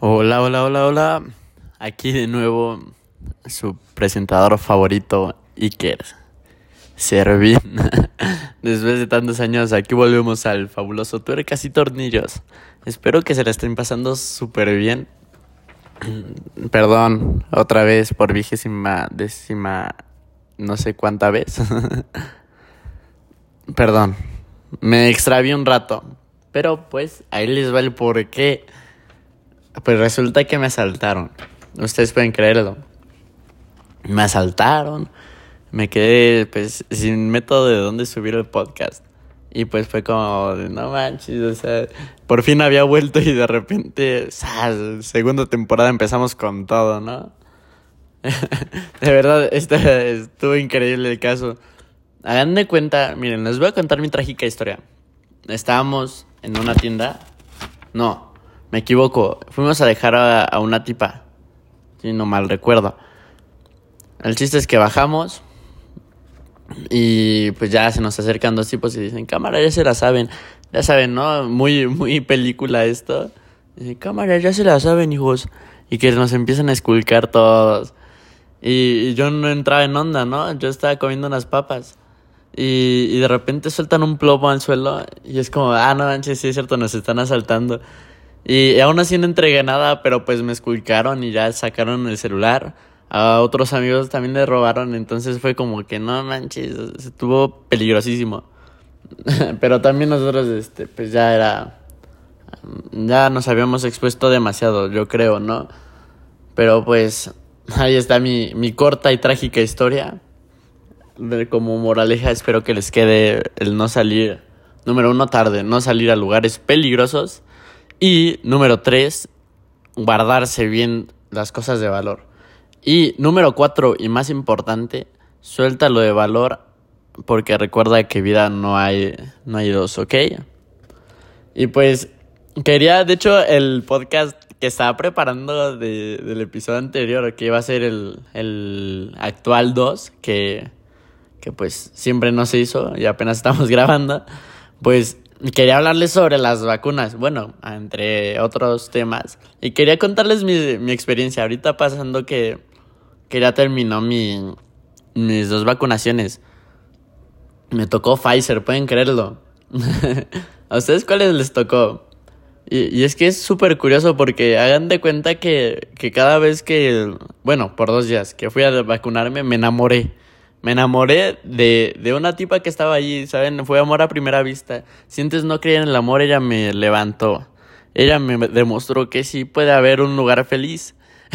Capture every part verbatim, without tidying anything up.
Hola, hola, hola, hola. Aquí de nuevo su presentador favorito, Iker Servín. Después de tantos años, aquí volvemos al fabuloso Tuercas y Tornillos. Espero que se la estén pasando súper bien. Perdón, otra vez por vigésima décima, no sé cuánta vez. Perdón, me extravié un rato. Pero pues ahí les va el porqué. Pues resulta que me asaltaron. Ustedes pueden creerlo. Me asaltaron. Me quedé pues sin método de dónde subir el podcast. Y pues fue como de, no manches, o sea, por fin había vuelto y de repente, ¡zas! Segunda temporada empezamos con todo, ¿no? De verdad, este, estuvo increíble el caso. Hagan de cuenta, miren, les voy a contar mi trágica historia. Estábamos en una tienda. No, me equivoco. Fuimos a dejar a, a una tipa. Si no mal recuerdo. El chiste es que bajamos. Y pues ya se nos acercan dos tipos y dicen, cámara, ya se la saben. Ya saben, ¿no? Muy, muy película esto. Dicen, cámara, ya se la saben, hijos. Y que nos empiezan a esculcar todos. Y, y yo no entraba en onda, ¿no? Yo estaba comiendo unas papas. Y, y de repente sueltan un plomo al suelo. Y es como, ah, no manches, sí es cierto, nos están asaltando. Y, y aún así no entregué nada, pero pues me esculcaron y ya sacaron el celular. A otros amigos también le robaron, entonces fue como que no manches, estuvo peligrosísimo. Pero también nosotros, este, pues ya era, ya nos habíamos expuesto demasiado, yo creo, ¿no? Pero pues ahí está mi, mi corta y trágica historia. Como moraleja espero que les quede el no salir, número uno, tarde, no salir a lugares peligrosos. Y número tres, guardarse bien las cosas de valor. Y número cuatro, y más importante, suelta lo de valor, porque recuerda que vida no hay, no hay dos, ¿ok? Y pues, quería, de hecho, el podcast que estaba preparando de, del episodio anterior, que iba a ser el, el actual dos, que, que pues siempre no se hizo y apenas estamos grabando, pues quería hablarles sobre las vacunas, bueno, entre otros temas. Y quería contarles mi, mi experiencia. Ahorita pasando que, que ya terminó mi, mis dos vacunaciones. Me tocó Pfizer, pueden creerlo. ¿A ustedes cuáles les tocó? Y, y es que es súper curioso porque hagan de cuenta que, que cada vez que, bueno, por dos días que fui a vacunarme me enamoré. Me enamoré de, de una tipa que estaba allí, ¿saben? Fue amor a primera vista. Si antes no creía en el amor, ella me levantó. Ella me demostró que sí puede haber un lugar feliz.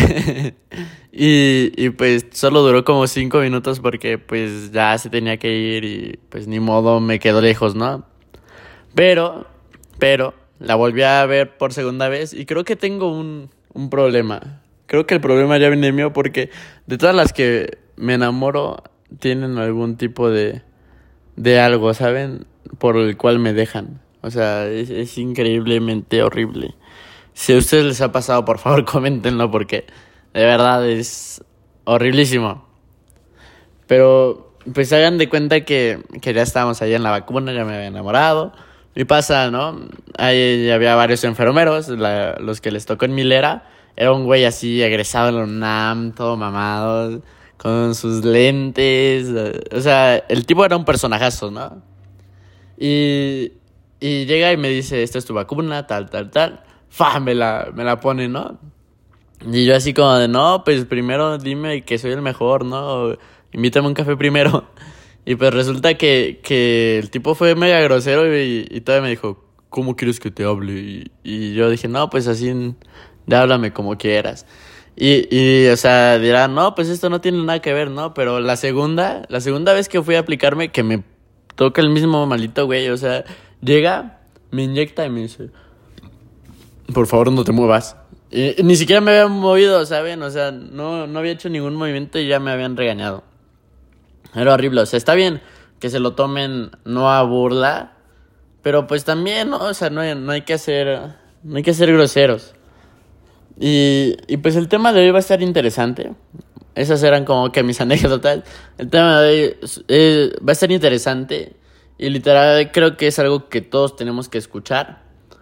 y, y pues solo duró como cinco minutos porque pues ya se tenía que ir y pues ni modo, me quedó lejos, ¿no? Pero, pero, la volví a ver por segunda vez y creo que tengo un, un problema. Creo que el problema ya viene mío porque de todas las que me enamoro tienen algún tipo de, de algo, ¿saben? Por el cual me dejan. O sea, es, es increíblemente horrible. Si a ustedes les ha pasado, por favor, coméntenlo porque de verdad es horriblísimo. Pero pues hagan de cuenta que, que ya estábamos allá en la vacuna, ya me había enamorado. Y pasa, ¿no? Ahí había varios enfermeros, la, los que les tocó en Milera. Era un güey así, egresado en la UNAM, todo mamado, con sus lentes. O sea, el tipo era un personajazo, ¿no? Y, y llega y me dice, esta es tu vacuna, tal, tal, tal. ¡Fa! Me la, me la pone, ¿no? Y yo así como de, no, pues primero dime que soy el mejor, ¿no? Invítame un café primero. Y pues resulta que, que el tipo fue mega grosero y, y todavía me dijo, ¿cómo quieres que te hable? Y, y yo dije, no, pues así, ya háblame como quieras. Y, y, o sea, dirán, no, pues esto no tiene nada que ver, ¿no? Pero la segunda, la segunda vez que fui a aplicarme, que me toca el mismo maldito güey, o sea, llega, me inyecta y me dice, por favor no te muevas. Y, y ni siquiera me habían movido, ¿saben? O sea, no, no había hecho ningún movimiento y ya me habían regañado. Era horrible, o sea, está bien que se lo tomen no a burla, pero pues también, ¿no? O sea, no hay, no hay que hacer, no hay que ser groseros. Y, y pues el tema de hoy va a estar interesante. Esas eran como que mis anécdotas. El tema de hoy eh, va a estar interesante y literal creo que es algo que todos tenemos que escuchar.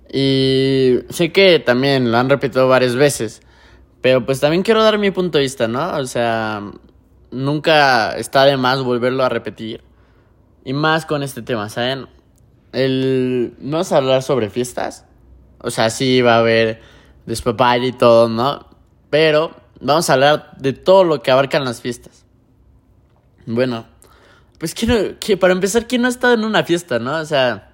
Y sé que también lo han repetido varias veces, pero pues también quiero dar mi punto de vista, ¿no? O sea, nunca está de más volverlo a repetir. Y más con este tema, ¿saben? El... Vamos a hablar sobre fiestas. O sea, sí va a haber despapalle y todo, ¿no? Pero vamos a hablar de todo lo que abarcan las fiestas. Bueno, pues quiero que para empezar, ¿quién no ha estado en una fiesta, no? O sea,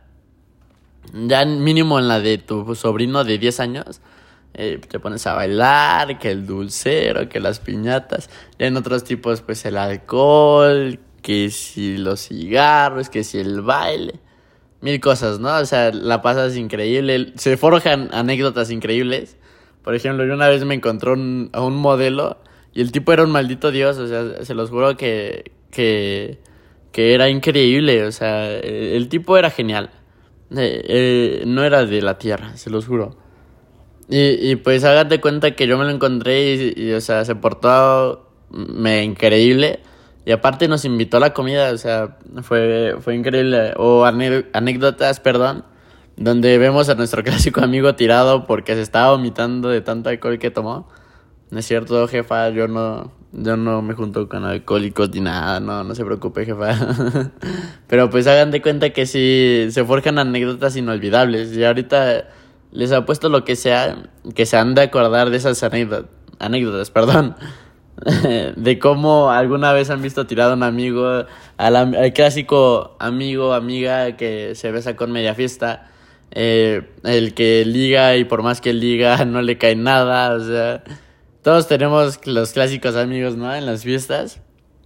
ya mínimo en la de tu sobrino de diez años, eh, te pones a bailar, que el dulcero, que las piñatas. Ya en otros tipos, pues el alcohol, que si los cigarros, que si el baile. Mil cosas, ¿no? O sea, la pasas increíble. Se forjan anécdotas increíbles. Por ejemplo, yo una vez me encontré un, a un modelo y el tipo era un maldito dios. O sea, se los juro que, que, que era increíble. O sea, el tipo era genial. Eh, eh, no era de la tierra, se los juro. Y, y pues hágate cuenta que yo me lo encontré y, y o sea, se portó me increíble. Y aparte nos invitó a la comida, o sea, fue, fue increíble. O ane- anécdotas, perdón, donde vemos a nuestro clásico amigo tirado porque se estaba vomitando de tanto alcohol que tomó. No es cierto, jefa, yo no, yo no me junto con alcohólicos ni nada, no, no se preocupe, jefa. Pero pues hagan de cuenta que sí se forjan anécdotas inolvidables. Y ahorita les apuesto lo que sea, que se han de acordar de esas anécdotas, anécdotas, perdón. De cómo alguna vez han visto tirado a un amigo, al, al clásico amigo, amiga que se besa con media fiesta, eh, el que liga y por más que liga no le cae nada, o sea, todos tenemos los clásicos amigos, ¿no? En las fiestas.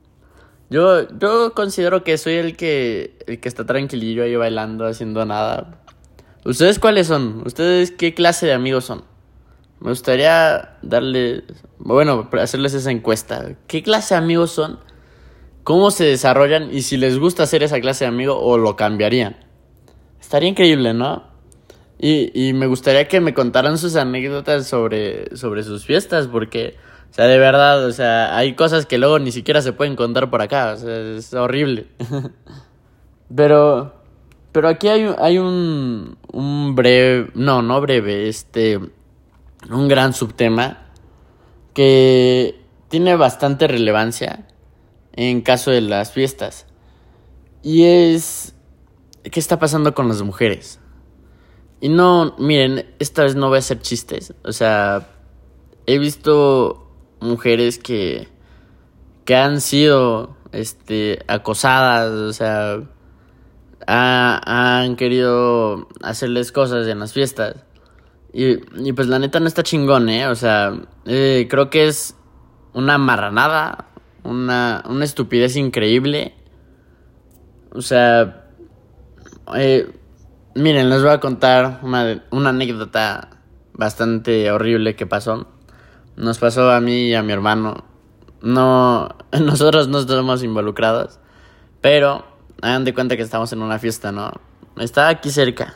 Yo, yo considero que soy el que, el que está tranquilillo ahí bailando, haciendo nada. ¿Ustedes cuáles son? ¿Ustedes qué clase de amigos son? Me gustaría darle, bueno, hacerles esa encuesta. ¿Qué clase de amigos son? ¿Cómo se desarrollan? Y si les gusta ser esa clase de amigo o lo cambiarían. Estaría increíble, ¿no? Y, y me gustaría que me contaran sus anécdotas sobre, sobre sus fiestas, porque, o sea, de verdad, o sea, hay cosas que luego ni siquiera se pueden contar por acá, o sea, es horrible. Pero, pero aquí hay, hay un, un breve, no, no breve, este... un gran subtema que tiene bastante relevancia en caso de las fiestas. Y es... ¿qué está pasando con las mujeres? Y no, miren, esta vez no voy a hacer chistes. O sea, he visto mujeres que... que han sido este, acosadas, o sea... Ha, han querido hacerles cosas en las fiestas. Y, y pues la neta no está chingón, ¿eh? O sea, eh, creo que es una marranada, una, una estupidez increíble. O sea, eh, miren, les voy a contar una, una anécdota bastante horrible que pasó. Nos pasó a mí y a mi hermano. No, nosotros no estamos involucrados, pero hagan de cuenta que estamos en una fiesta, ¿no? Está aquí cerca.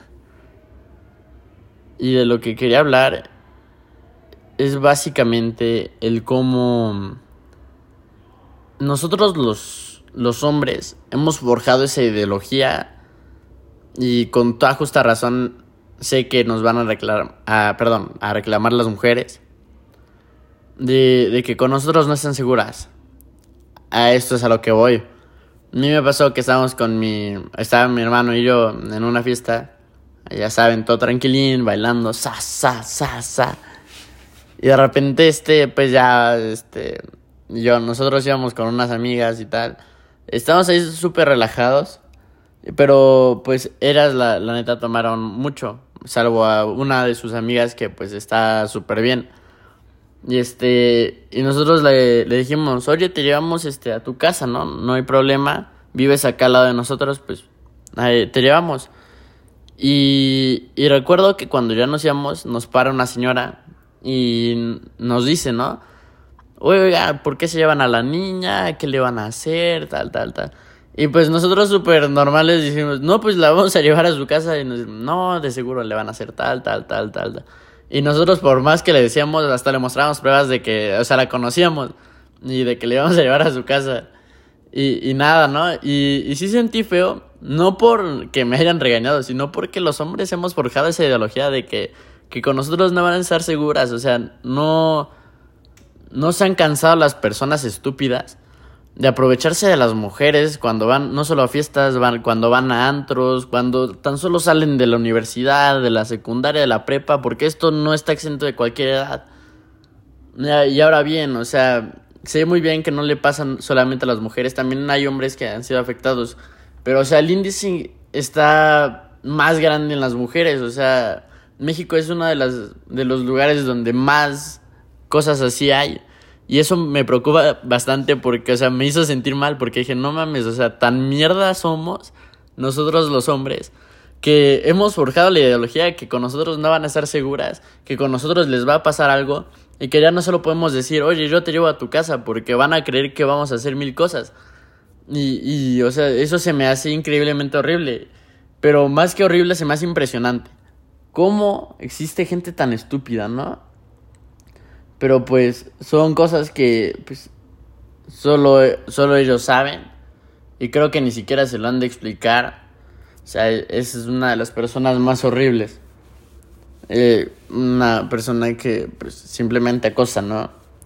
Y de lo que quería hablar es básicamente el cómo nosotros los, los hombres hemos forjado esa ideología y con toda justa razón sé que nos van a reclamar, a, perdón, a reclamar las mujeres de, de que con nosotros no están seguras. A esto es a lo que voy. A mí me pasó que estábamos con mi, estaba mi hermano y yo en una fiesta. Ya saben, todo tranquilín, bailando, sa, sa, sa, sa. Y de repente, este, pues ya, este, yo, nosotros íbamos con unas amigas y tal. Estábamos ahí súper relajados, pero pues eras la, la neta tomaron mucho, salvo a una de sus amigas que pues está súper bien. Y este, y nosotros le, le dijimos, oye, te llevamos este a tu casa, ¿no? No hay problema, vives acá al lado de nosotros, pues ahí, te llevamos. Y, y recuerdo que cuando ya nos íbamos, nos para una señora y nos dice, ¿no? Oiga, ¿por qué se llevan a la niña? ¿Qué le van a hacer? Tal, tal, tal. Y pues nosotros súper normales dijimos, no, pues la vamos a llevar a su casa. Y nos dicen, no, de seguro le van a hacer tal, tal, tal, tal, tal. Y nosotros por más que le decíamos, hasta le mostrábamos pruebas de que, o sea, la conocíamos. Y de que le íbamos a llevar a su casa. Y, y nada, ¿no? Y, y sí sentí feo. No porque me hayan regañado, sino porque los hombres hemos forjado esa ideología de que, que con nosotros no van a estar seguras. O sea, no, no se han cansado las personas estúpidas de aprovecharse de las mujeres cuando van, no solo a fiestas, van, cuando van a antros, cuando tan solo salen de la universidad, de la secundaria, de la prepa, porque esto no está exento de cualquier edad. Y ahora bien, o sea, sé muy bien que no le pasan solamente a las mujeres, también hay hombres que han sido afectados. Pero, o sea, el índice está más grande en las mujeres. O sea, México es uno de, las, de los lugares donde más cosas así hay. Y eso me preocupa bastante porque, o sea, me hizo sentir mal porque dije, no mames, o sea, tan mierda somos nosotros los hombres que hemos forjado la ideología de que con nosotros no van a estar seguras, que con nosotros les va a pasar algo y que ya no solo podemos decir, oye, yo te llevo a tu casa porque van a creer que vamos a hacer mil cosas. Y, y, o sea, eso se me hace increíblemente horrible. Pero más que horrible, se me hace impresionante. ¿Cómo existe gente tan estúpida, no? Pero pues son cosas que pues solo, solo ellos saben. Y creo que ni siquiera se lo han de explicar. O sea, esa es una de las personas más horribles. Eh, una persona que pues simplemente acosa, ¿no?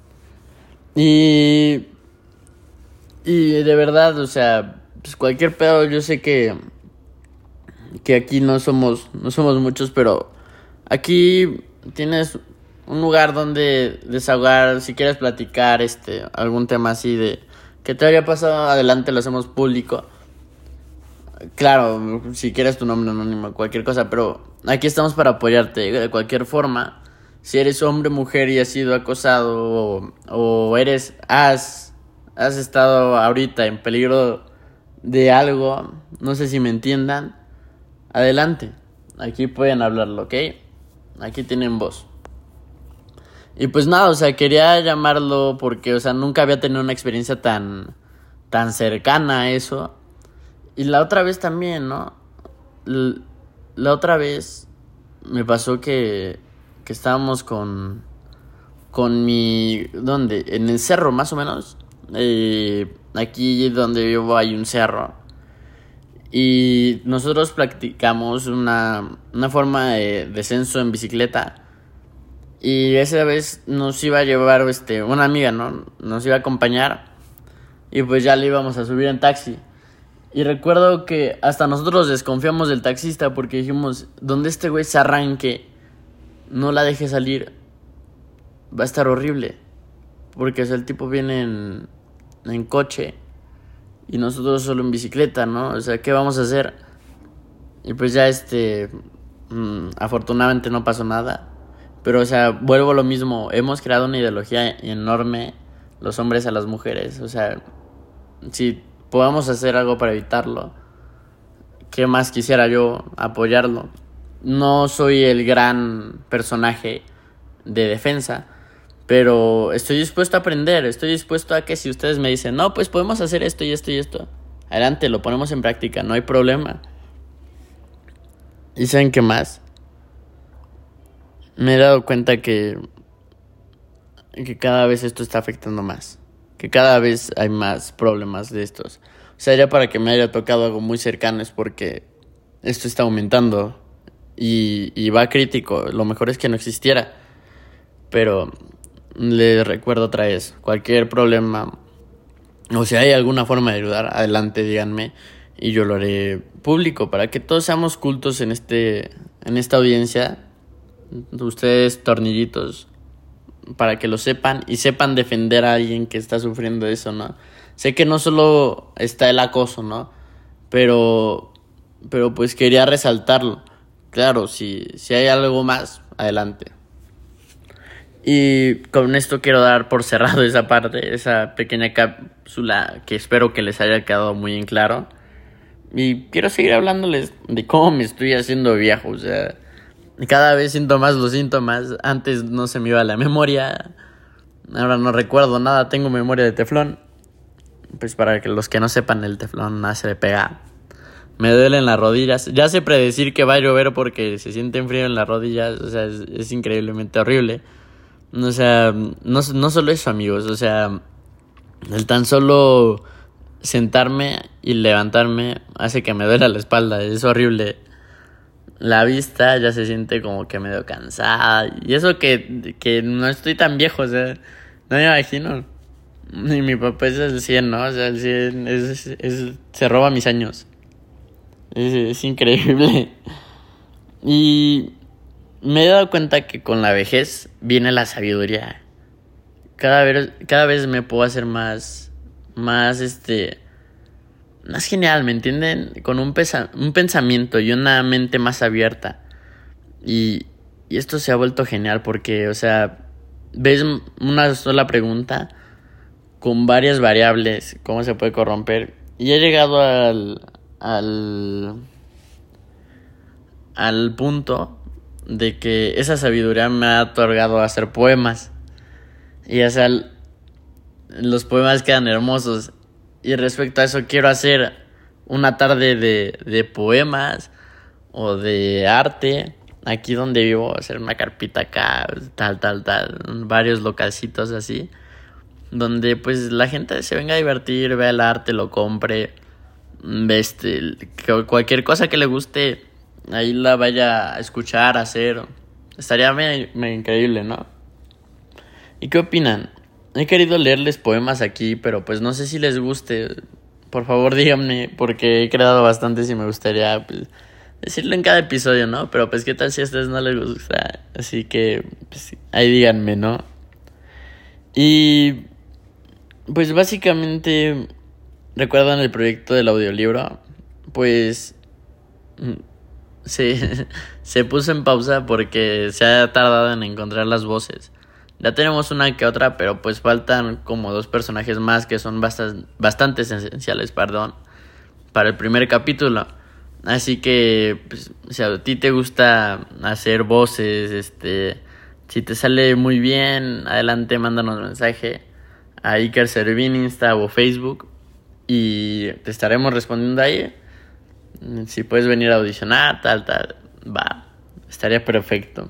Y... Y de verdad, o sea, pues cualquier pedo, yo sé que que aquí no somos no somos muchos, pero aquí tienes un lugar donde desahogar, si quieres platicar este algún tema así de que te haya pasado, adelante, lo hacemos público. Claro, si quieres tu nombre anónimo, cualquier cosa, pero aquí estamos para apoyarte de cualquier forma. Si eres hombre, mujer y has sido acosado o, o eres has has estado ahorita en peligro de algo, no sé si me entiendan, adelante, aquí pueden hablarlo, ¿ok? Aquí tienen voz. Y pues nada, o sea, quería llamarlo porque, o sea, nunca había tenido una experiencia tan, tan cercana a eso. Y la otra vez también, ¿no? L- la otra vez me pasó que, que estábamos con, con mi, ¿dónde? En el cerro, más o menos. Eh, aquí donde vivo hay un cerro y nosotros practicamos una, una forma de descenso en bicicleta y esa vez nos iba a llevar este, una amiga, ¿no? Nos iba a acompañar y pues ya le íbamos a subir en taxi y recuerdo que hasta nosotros desconfiamos del taxista porque dijimos, donde este güey se arranque, no la deje salir, va a estar horrible. Porque o sea, el tipo viene en, en coche y nosotros solo en bicicleta, ¿no? O sea, ¿qué vamos a hacer? Y pues ya este... Mmm, afortunadamente no pasó nada. Pero, o sea, vuelvo a lo mismo. Hemos creado una ideología enorme, los hombres a las mujeres. O sea, si podamos hacer algo para evitarlo, ¿qué más quisiera yo? Apoyarlo. No soy el gran personaje de defensa, pero estoy dispuesto a aprender, estoy dispuesto a que si ustedes me dicen, no, pues podemos hacer esto y esto y esto, adelante, lo ponemos en práctica, no hay problema. ¿Y saben qué más? Me he dado cuenta que, que cada vez esto está afectando más, que cada vez hay más problemas de estos. O sea, ya para que me haya tocado algo muy cercano es porque esto está aumentando y, y va crítico. Lo mejor es que no existiera, pero... les recuerdo otra vez, cualquier problema o si hay alguna forma de ayudar, adelante, díganme y yo lo haré público para que todos seamos cultos en este en esta audiencia, ustedes tornillitos, para que lo sepan y sepan defender a alguien que está sufriendo eso, ¿no? Sé que no solo está el acoso, ¿no? Pero pero pues quería resaltarlo. Claro, si si hay algo más, adelante. Y con esto quiero dar por cerrado esa parte, esa pequeña cápsula que espero que les haya quedado muy en claro. Y quiero seguir hablándoles de cómo me estoy haciendo viejo, o sea, cada vez siento más los síntomas. Antes no se me iba la memoria, ahora no recuerdo nada, tengo memoria de teflón. Pues para que los que no sepan, el teflón hace de pegar. Me duelen las rodillas, ya sé predecir que va a llover porque se sienten frío en las rodillas, o sea, es, es increíblemente horrible. O sea, no, no solo eso, amigos, o sea, el tan solo sentarme y levantarme hace que me duela la espalda. Es horrible. La vista ya se siente como que medio cansada. Y eso que, que no estoy tan viejo, o sea, no me imagino. Y mi papá es el cien, ¿no? O sea, el cien es, es, es, se roba mis años. Es, es increíble. Y me he dado cuenta que con la vejez viene la sabiduría. Cada vez, cada vez me puedo hacer más, más, este, más genial, ¿me entienden? Con un, pesa, un pensamiento y una mente más abierta. Y, y esto se ha vuelto genial porque, o sea, ves una sola pregunta con varias variables, cómo se puede corromper. Y he llegado al, al, al punto de que esa sabiduría me ha otorgado a hacer poemas. Y o sea, los poemas quedan hermosos. Y respecto a eso quiero hacer una tarde de, de poemas o de arte aquí donde vivo, hacer una carpita acá, tal, tal, tal, varios localcitos así, donde pues la gente se venga a divertir, vea el arte, lo compre, este, cualquier cosa que le guste, ahí la vaya a escuchar, a hacer. Estaría me, me increíble, ¿no? ¿Y qué opinan? He querido leerles poemas aquí, pero pues no sé si les guste. Por favor díganme, porque he creado bastantes y me gustaría pues, decirlo en cada episodio, ¿no? Pero pues qué tal si a ustedes no les gusta. Así que pues, ahí díganme, ¿no? Y pues básicamente, ¿recuerdan el proyecto del audiolibro? Pues se, se puso en pausa porque se ha tardado en encontrar las voces. Ya tenemos una que otra, pero pues faltan como dos personajes más que son bastante, bastante esenciales, perdón, para el primer capítulo. Así que, pues, si a ti te gusta hacer voces, este, si te sale muy bien, adelante, mándanos mensaje a Iker Servín, Insta o Facebook y te estaremos respondiendo ahí. Si puedes venir a audicionar, tal, tal, va, estaría perfecto.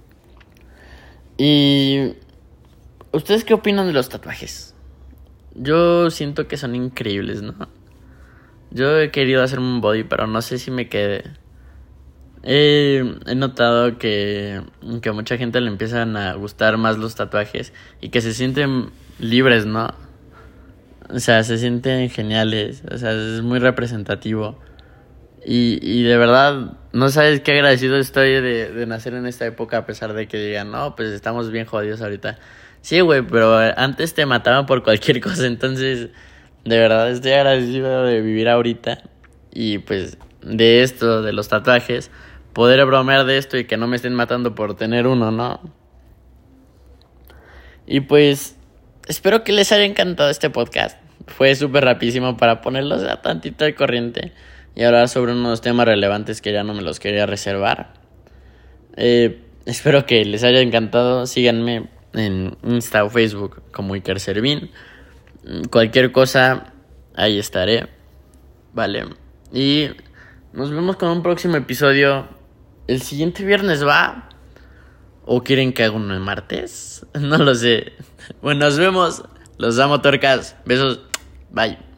¿Y ustedes qué opinan de los tatuajes? Yo siento que son increíbles, ¿no? Yo he querido hacerme un body, pero no sé si me quede. He, he notado que, que a mucha gente le empiezan a gustar más los tatuajes y que se sienten libres, ¿no? O sea, se sienten geniales, o sea, es muy representativo. Y, y de verdad, no sabes qué agradecido estoy de, de nacer en esta época, a pesar de que digan, no, pues estamos bien jodidos ahorita. Sí, güey, pero antes te mataban por cualquier cosa, entonces, de verdad estoy agradecido de vivir ahorita. Y pues, de esto, de los tatuajes, poder bromear de esto y que no me estén matando por tener uno, ¿no? Y pues, espero que les haya encantado este podcast. Fue súper rapidísimo para ponerlos a tantito al corriente y hablar sobre unos temas relevantes que ya no me los quería reservar. Eh, espero que les haya encantado. Síganme en Insta o Facebook como Iker Servín. Cualquier cosa, ahí estaré. Vale. Y nos vemos con un próximo episodio. ¿El siguiente viernes va? ¿O quieren que haga uno el martes? No lo sé. Bueno, nos vemos. Los amo, torcas. Besos. Bye.